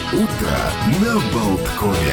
Утро на Болткове.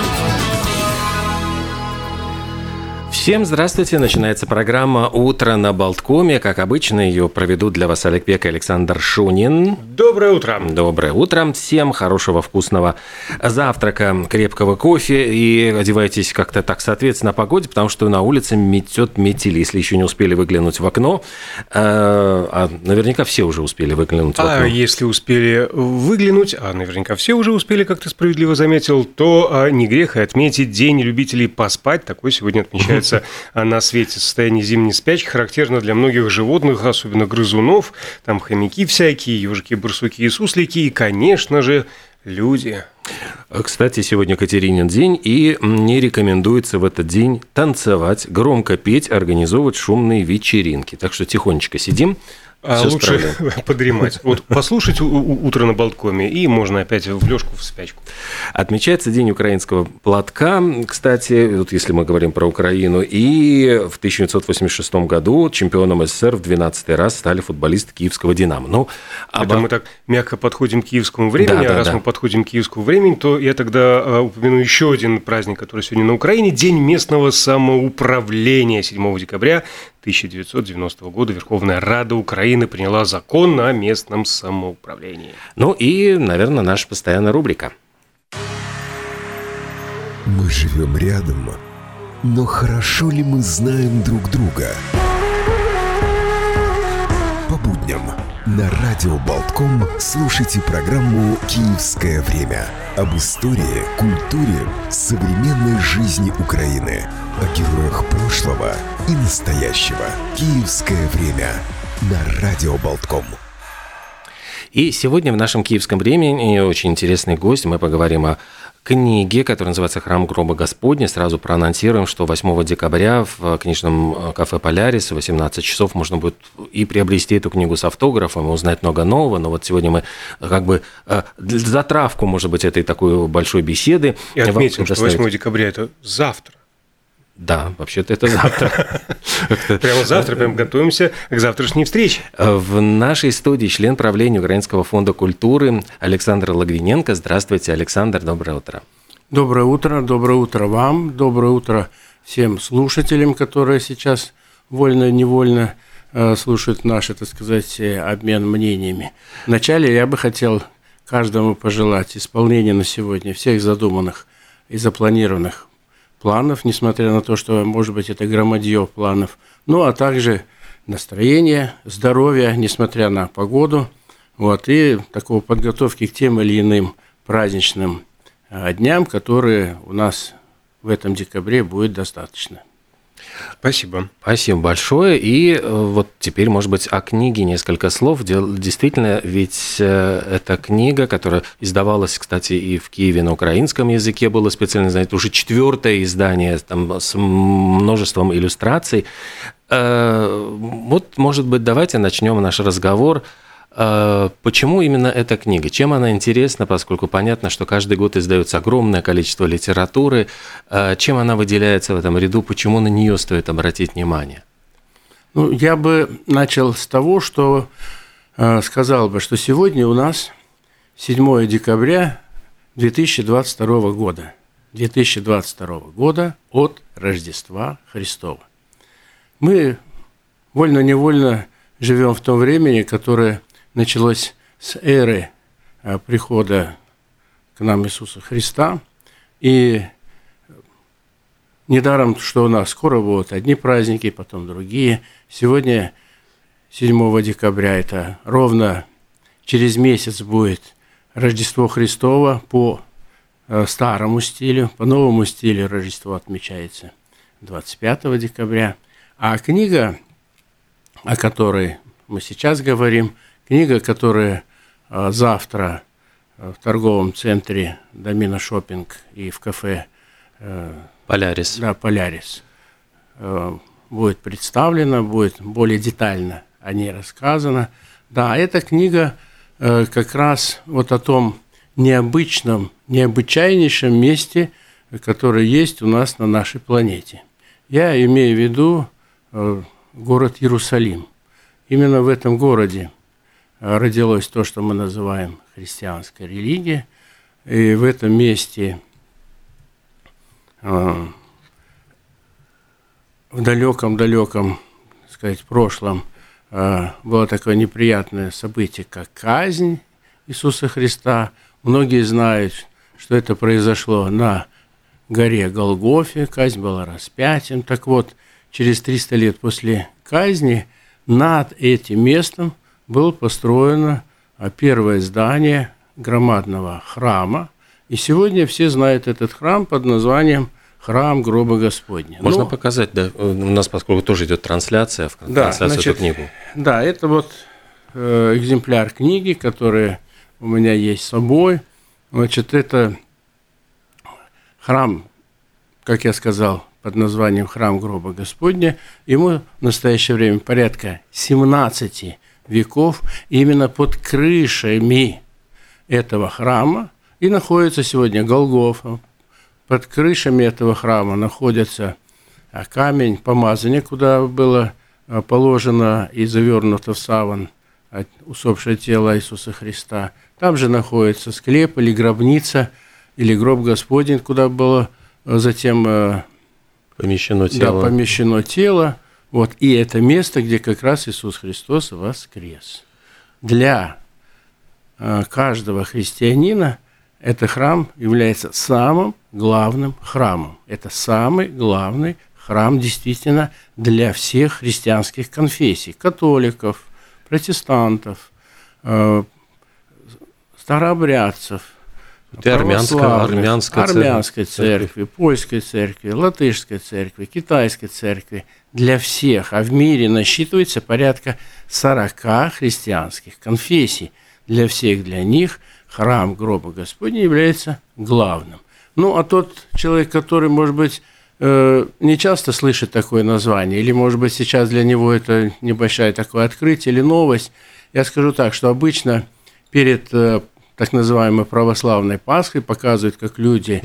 Всем здравствуйте! Начинается программа «Утро на Болткоме». Как обычно, ее проведут для вас Олег Пек и Александр Шунин. Доброе утро! Доброе утро! Всем хорошего вкусного завтрака, крепкого кофе. И одевайтесь как-то так соответственно погоде, потому что на улице метет метель. Если еще не успели выглянуть в окно, а наверняка все уже успели выглянуть в окно. А если успели выглянуть, а наверняка все уже успели, как ты справедливо заметил, то не грех и отметить День любителей поспать. Такой сегодня отмечается на свете. Состояние зимней спячки характерно для многих животных, особенно грызунов. Там хомяки всякие, ежики, барсуки и суслики, и, конечно же, люди. Кстати, сегодня Катеринин день, и не рекомендуется в этот день танцевать, громко петь, организовывать шумные вечеринки. Так что тихонечко сидим. Лучше подремать. Вот послушать «Утро на Болткоме», и можно опять в лёжку, в спячку. Отмечается День украинского платка, кстати, вот если мы говорим про Украину. И в 1986 году чемпионом СССР в 12-й раз стали футболисты киевского «Динамо». Ну, это мы так мягко подходим к киевскому времени, раз мы подходим к киевскому времени, то я тогда упомяну еще один праздник, который сегодня на Украине. День местного самоуправления. 7 декабря 1990 года Верховная Рада Украины приняла закон о местном самоуправлении. Ну и, наверное, наша постоянная рубрика. Мы живем рядом, но хорошо ли мы знаем друг друга? По будням на радио Болтком слушайте программу «Киевское время» об истории, культуре, современной жизни Украины, о героях прошлого и настоящего. «Киевское время» на радио Болтком. И сегодня в нашем «Киевском времени» очень интересный гость. Мы поговорим о книге, которая называется «Храм гроба Господня». Сразу проанонсируем, что 8 декабря в книжном кафе «Полярис» в 18 часов можно будет и приобрести эту книгу с автографом, и узнать много нового. Но вот сегодня мы как бы затравку, может быть, этой такой большой беседы. И отметим, что 8 декабря – это завтра. Да, вообще-то это завтра. Прямо завтра, прям готовимся к завтрашней встрече. В нашей студии член правления Украинского фонда культуры Александр Логвиненко. Здравствуйте, Александр, доброе утро. Доброе утро вам, доброе утро всем слушателям, которые сейчас вольно-невольно слушают наш, так сказать, обмен мнениями. Вначале я бы хотел каждому пожелать исполнения на сегодня всех задуманных и запланированных планов, несмотря на то, что, может быть, это громадье планов, ну, а также настроения, здоровья, несмотря на погоду, вот, и такого подготовки к тем или иным праздничным дням, которые у нас в этом декабре будет достаточно. Спасибо. Спасибо большое. И вот теперь, может быть, о книге несколько слов. Действительно, ведь эта книга, которая издавалась, кстати, и в Киеве на украинском языке, было специально, знаете, уже 4-е издание там, с множеством иллюстраций. Вот, может быть, давайте начнем наш разговор. Почему именно эта книга? Чем она интересна, поскольку понятно, что каждый год издается огромное количество литературы. Чем она выделяется в этом ряду? Почему на нее стоит обратить внимание? Ну, я бы начал с того, что сказал бы, что сегодня у нас 7 декабря 2022 года. 2022 года от Рождества Христова. Мы вольно-невольно живем в том времени, которое началось с эры прихода к нам Иисуса Христа. И недаром, что у нас скоро будут одни праздники, потом другие. Сегодня, 7 декабря, это ровно через месяц будет Рождество Христово по старому стилю, по новому стилю Рождество отмечается 25 декабря. А книга, о которой мы сейчас говорим, книга, которая завтра в торговом центре Домина Шоппинг и в кафе «Полярис». Да, «Полярис» будет представлена, будет более детально о ней рассказано. Да, эта книга как раз вот о том необычном, необычайнейшем месте, которое есть у нас на нашей планете. Я имею в виду город Иерусалим. Именно в этом городе родилось то, что мы называем христианской религией. И в этом месте в далеком-далеком, так сказать, прошлом было такое неприятное событие, как казнь Иисуса Христа. Многие знают, что это произошло на горе Голгофе, казнь была распятием. Так вот, через 300 лет после казни над этим местом было построено первое здание громадного храма. И сегодня все знают этот храм под названием «Храм гроба Господня». Можно показать, да? У нас, поскольку тоже идет трансляция, эту книгу. Да, это вот экземпляр книги, который у меня есть с собой. Значит, это храм, как я сказал, под названием «Храм гроба Господня». Ему в настоящее время порядка 17 веков. Именно под крышами этого храма и находится сегодня Голгофа. Под крышами этого храма находится камень помазания, куда было положено и завернуто в саван усопшее тело Иисуса Христа. Там же находится склеп или гробница, или гроб Господень, куда было затем помещено тело. Да, помещено тело. Вот. И это место, где как раз Иисус Христос воскрес. Для каждого христианина этот храм является самым главным храмом. Это самый главный храм действительно для всех христианских конфессий. Католиков, протестантов, старообрядцев, армянской церкви, польской церкви, латышской церкви, китайской церкви. Для всех. А в мире насчитывается порядка 40 христианских конфессий. Для всех, для них храм гроба Господня является главным. Ну, а тот человек, который, может быть, не часто слышит такое название, или, может быть, сейчас для него это небольшое такое открытие или новость, я скажу так, что обычно перед так называемой православной Пасхой показывают, как люди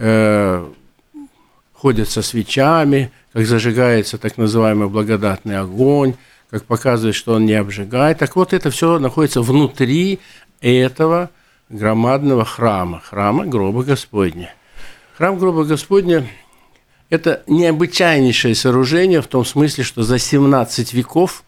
ходят со свечами, как зажигается так называемый благодатный огонь, как показывает, что он не обжигает. Так вот, это все находится внутри этого громадного храма гроба Господня. Храм гроба Господня – это необычайнейшее сооружение в том смысле, что за 17 веков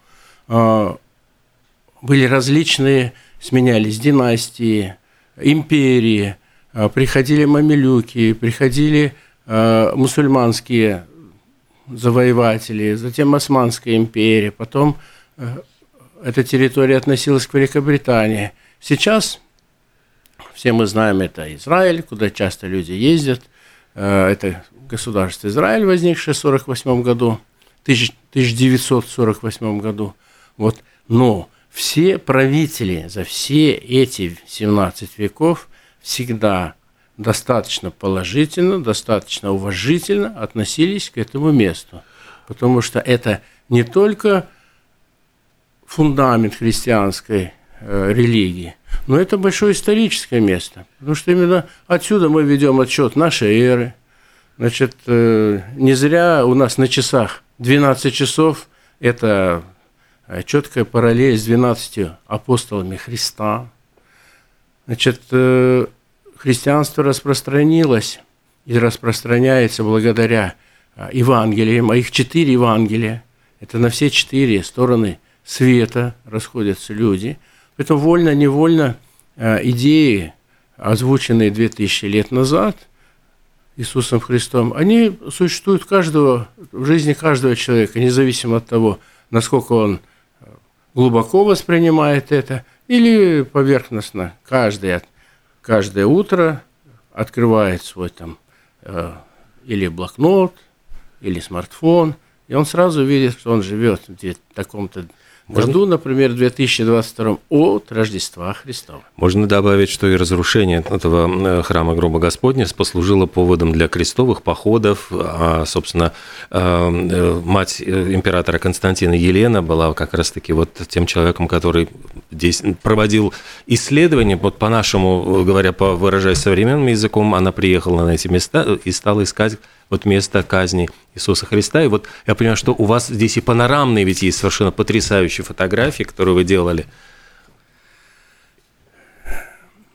были различные, сменялись династии, империи, приходили мамилюки, приходили мусульманские завоеватели, затем Османская империя, потом эта территория относилась к Великобритании. Сейчас, все мы знаем, это Израиль, куда часто люди ездят. Это государство Израиль, возникшее в 1948 году. Вот. Но все правители за все эти 17 веков всегда достаточно положительно, достаточно уважительно относились к этому месту. Потому что это не только фундамент христианской религии, но это большое историческое место. Потому что именно отсюда мы ведем отсчет нашей эры. Значит, не зря у нас на часах 12 часов – это четкая параллель с 12 апостолами Христа. Значит, христианство распространилось и распространяется благодаря Евангелиям, а их 4 Евангелия. Это на все 4 стороны света расходятся люди. Поэтому вольно-невольно идеи, озвученные 2000 лет назад Иисусом Христом, они существуют в жизни каждого человека, независимо от того, насколько он глубоко воспринимает это или поверхностно. Каждое утро открывает свой или блокнот, или смартфон, и он сразу видит, что он живет в таком-то году, например, 2022 от Рождества Христова. Можно добавить, что и разрушение этого храма гроба Господня послужило поводом для крестовых походов. Собственно, мать императора Константина Елена была как раз-таки вот тем человеком, который здесь проводил исследования. Вот по-нашему, выражаясь современным языком, она приехала на эти места и стала искать вот место казни Иисуса Христа. И вот я понимаю, что у вас здесь и панорамные ведь есть совершенно потрясающие фотографии, которые вы делали.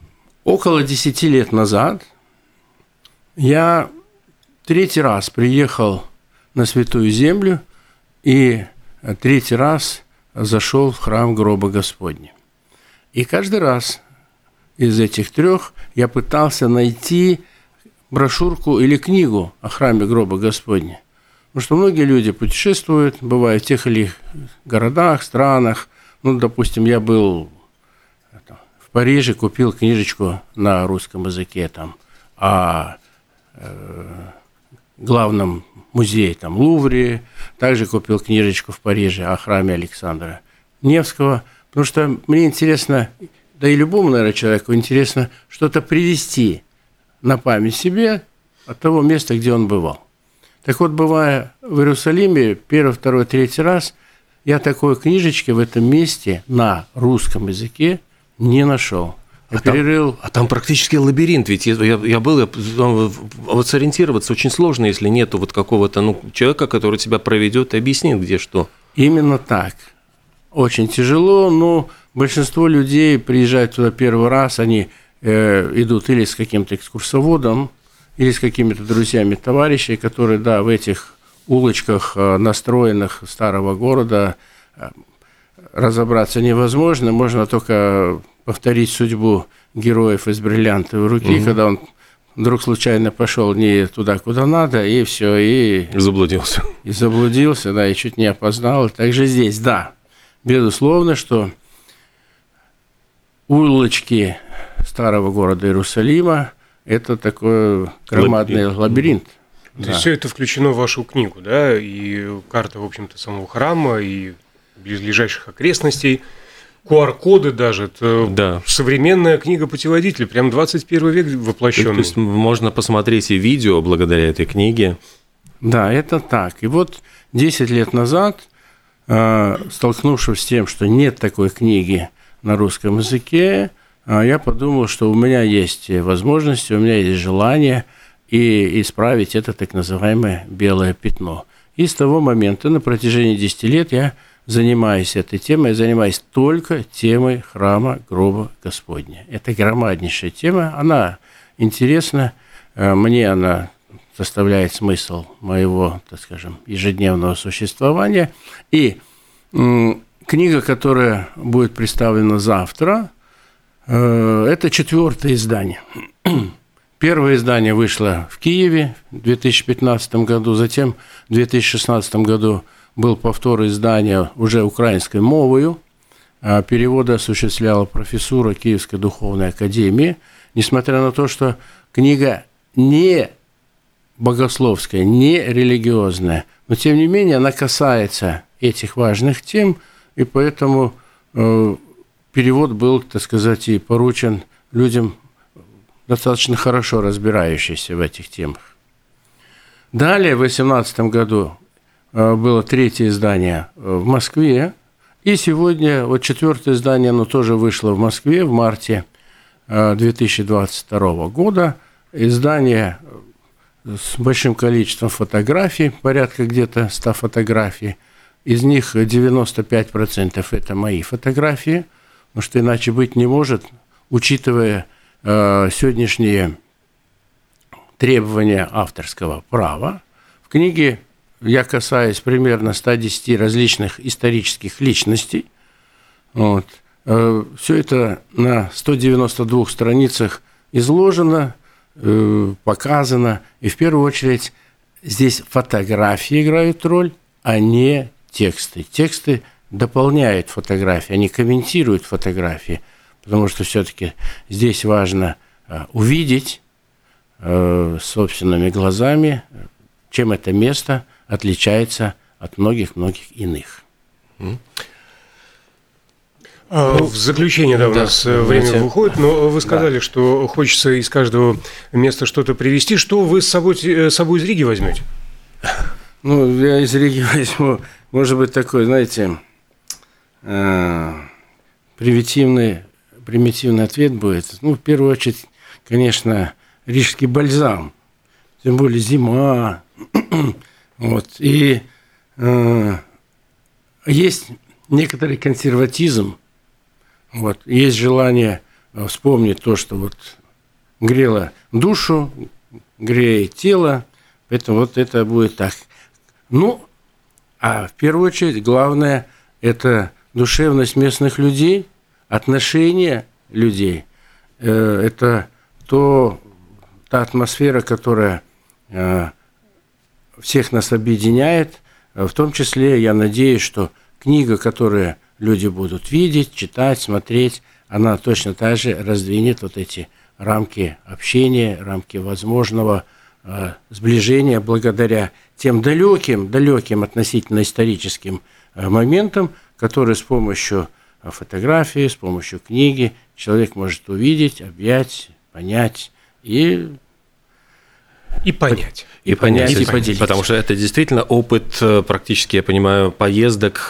Около 10 лет назад я 3-й раз приехал на Святую Землю и 3-й раз зашел в храм Гроба Господня. И каждый раз из этих 3 я пытался найти брошюрку или книгу о храме Гроба Господня. Потому что многие люди путешествуют, бывают в тех или иных городах, странах. Ну, допустим, я был в Париже, купил книжечку на русском языке там, о главном музее там, Лувре. Также купил книжечку в Париже о храме Александра Невского. Потому что мне интересно, да и любому, наверное, человеку интересно что-то привести на память себе от того места, где он бывал. Так вот, бывая в Иерусалиме 1, 2, 3 раз, я такой книжечки в этом месте на русском языке не нашел. Там практически лабиринт, ведь я был, вот сориентироваться очень сложно, если нету вот какого-то человека, который тебя проведет и объяснит, где что. Именно так. Очень тяжело, но большинство людей приезжают туда 1 раз, они идут или с каким-то экскурсоводом, или с какими-то друзьями, товарищей, которые, да, в этих улочках, настроенных старого города, разобраться невозможно, можно только повторить судьбу героев из «Бриллиантовой руки», когда он вдруг случайно пошел не туда, куда надо, и все, и заблудился. И заблудился, да, и чуть не опоздал. Также здесь, да, безусловно, что улочки старого города Иерусалима – это такой громадный лабиринт. То есть все это включено в вашу книгу, да, и карта, в общем-то, самого храма, и близлежащих окрестностей, QR-коды даже, это современная книга-путеводитель, прям 21 век воплощенный. То есть можно посмотреть и видео благодаря этой книге. Да, это так. И вот 10 лет назад, столкнувшись с тем, что нет такой книги на русском языке, я подумал, что у меня есть возможности, у меня есть желание и исправить это так называемое белое пятно. И с того момента на протяжении 10 лет я занимаюсь этой темой, я занимаюсь только темой храма Гроба Господня. Это громаднейшая тема, она интересна, мне она составляет смысл моего, так скажем, ежедневного существования. И книга, которая будет представлена завтра, это 4-е издание. Первое издание вышло в Киеве в 2015 году, затем в 2016 году был повтор издания уже украинской мовою. Переводы осуществляла профессура Киевской духовной академии. Несмотря на то, что книга не богословская, не религиозная, но тем не менее она касается этих важных тем, и поэтому перевод был, так сказать, и поручен людям, достаточно хорошо разбирающимся в этих темах. Далее, в 2018 году было 3-е издание в Москве, и сегодня вот 4-е издание, оно тоже вышло в Москве в марте 2022 года. Издание с большим количеством фотографий, порядка где-то 100 фотографий. Из них 95% это мои фотографии, потому что иначе быть не может, учитывая сегодняшние требования авторского права. В книге я касаюсь примерно 110 различных исторических личностей. Вот. Все это на 192 страницах изложено, показано. И в первую очередь здесь фотографии играют роль, а не тексты. Тексты дополняют фотографии, они комментируют фотографии, потому что все-таки здесь важно увидеть собственными глазами, чем это место отличается от многих-многих иных. В заключение, да, у нас время выходит, но вы сказали, что хочется из каждого места что-то привезти. Что вы с собой из Риги возьмете? Ну, я из Риги возьму, может быть, такой, знаете, примитивный ответ будет. Ну, в первую очередь, конечно, рижский бальзам, тем более зима. Вот. И есть некоторый консерватизм, вот. Есть желание вспомнить то, что вот грело душу, греет тело, поэтому вот это будет так. Ну, а в первую очередь главное – это душевность местных людей, отношения людей. Это та атмосфера, которая всех нас объединяет. В том числе, я надеюсь, что книга, которую люди будут видеть, читать, смотреть, она точно так же раздвинет вот эти рамки общения, рамки возможного сближения благодаря тем далеким относительно историческим моментам, которые с помощью фотографии, с помощью книги человек может увидеть, объять, понять и понять. И поделиться. Потому что это действительно опыт, практически, я понимаю, поездок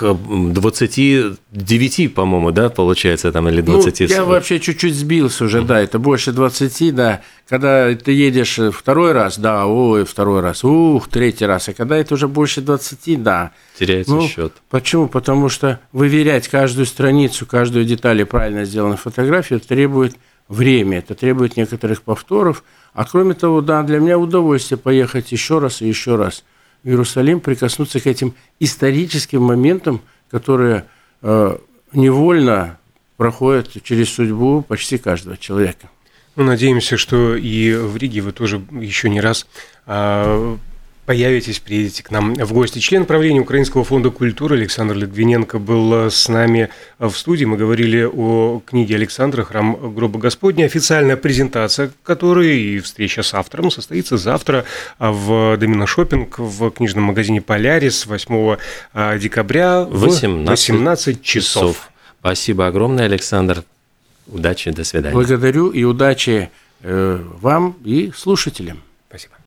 29, по-моему, да, получается, там, или 20. Ну, я вообще чуть-чуть сбился уже, да, это больше 20, да. Когда ты едешь второй раз, да, второй раз, третий раз, а когда это уже больше 20, да. Теряется счет. Почему? Потому что выверять каждую страницу, каждую деталь и правильно сделанную фотографию требует время, это требует некоторых повторов. А кроме того, да, для меня удовольствие поехать еще раз и еще раз в Иерусалим, прикоснуться к этим историческим моментам, которые невольно проходят через судьбу почти каждого человека. Ну, надеемся, что и в Риге вы тоже еще не раз появитесь, приедете к нам в гости. Член правления Украинского фонда культуры Александр Литвиненко был с нами в студии. Мы говорили о книге Александра «Храм гроба Господня». Официальная презентация которой и встреча с автором состоится завтра в Домино Шоппинг в книжном магазине «Полярис» 8 декабря в 18 часов. Спасибо огромное, Александр. Удачи, до свидания. Благодарю и удачи вам и слушателям. Спасибо.